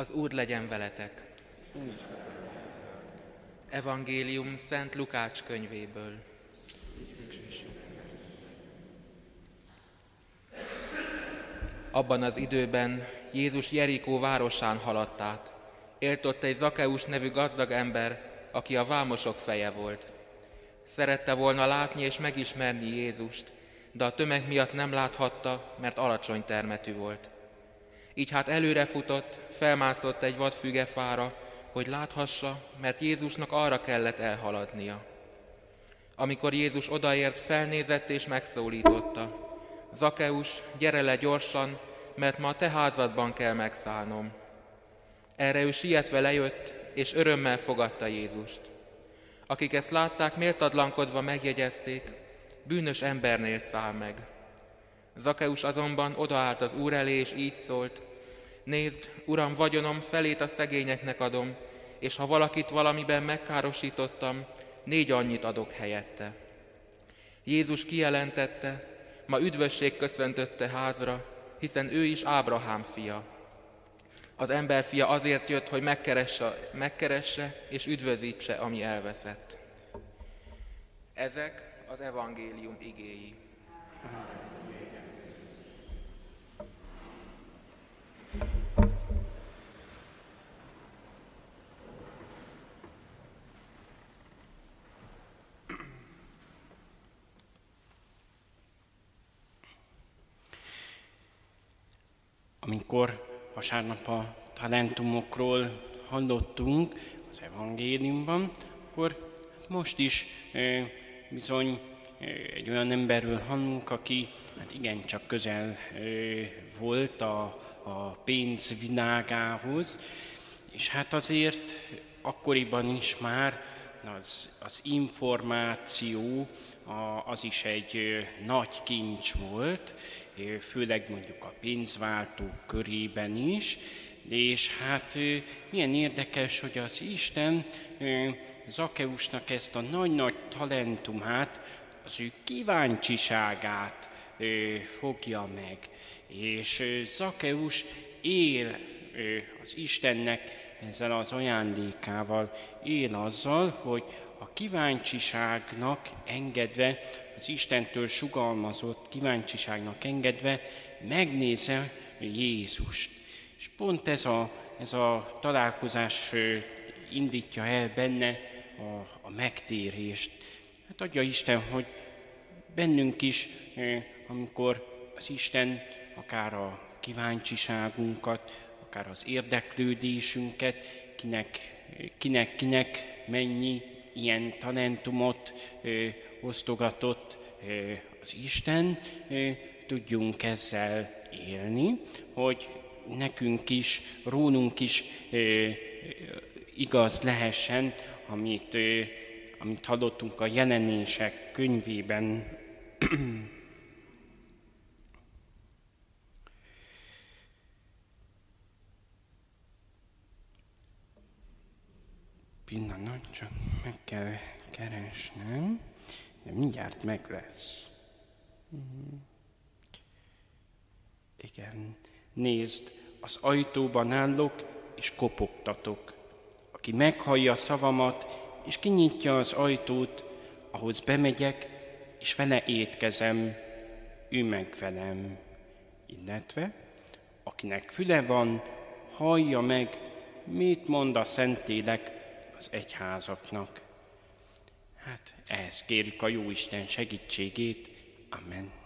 Az Úr legyen veletek! Evangélium Szent Lukács könyvéből. Abban az időben Jézus Jerikó városán haladt át. Élt ott egy Zakeus nevű gazdag ember, aki a vámosok feje volt. Szerette volna látni és megismerni Jézust, de a tömeg miatt nem láthatta, mert alacsony termetű volt. Így hát előre futott, felmászott egy vadfügefára, hogy láthassa, mert Jézusnak arra kellett elhaladnia. Amikor Jézus odaért, felnézett és megszólította: Zakeus, gyere le gyorsan, mert ma a te házadban kell megszállnom. Erre ő sietve lejött, és örömmel fogadta Jézust. Akik ezt látták, méltatlankodva megjegyezték: bűnös embernél száll meg. Zakeus azonban odaállt az Úr elé, és így szólt: nézd, Uram, vagyonom felét a szegényeknek adom, és ha valakit valamiben megkárosítottam, 4 annyit adok helyette. Jézus kijelentette: ma üdvösség köszöntötte házra, hiszen ő is Ábrahám fia. Az emberfia azért jött, hogy megkeresse és üdvözítse, ami elveszett. Ezek az evangélium igéi. Amikor vasárnap a talentumokról hallottunk az evangéliumban, akkor most is bizony egy olyan emberről hallunk, aki igencsak közel volt a pénz világához, és hát azért akkoriban is már az információ az is egy nagy kincs volt, főleg mondjuk a pénzváltók körében is, és hát milyen érdekes, hogy az Isten Zakeusnak ezt a nagy-nagy talentumát, az ő kíváncsiságát fogja meg. És Zakeus él az Istennek ezzel az ajándékával, él azzal, hogy a kíváncsiságnak engedve, az Istentől sugalmazott kíváncsiságnak engedve megnézze Jézust. És pont ez a találkozás indítja el benne a megtérést. Hát adja Isten, hogy bennünk is, amikor az Isten akár a kíváncsiságunkat, akár az érdeklődésünket, kinek mennyi ilyen talentumot osztogatott az Isten, tudjunk ezzel élni, hogy nekünk is, rólunk is igaz lehessen, amit hallottunk a Jelenések könyvében. Pillanat, csak meg kell keresnem, de mindjárt meg lesz. Igen, nézd, az ajtóban állok, és kopogtatok. Aki meghallja szavamat, és kinyitja az ajtót, ahhoz bemegyek, és vele étkezem, ő meg velem. Illetve, akinek füle van, hallja meg, mit mond a Szentlélek az egyházaknak. Hát ehhez kérjük a Jóisten segítségét. Amen.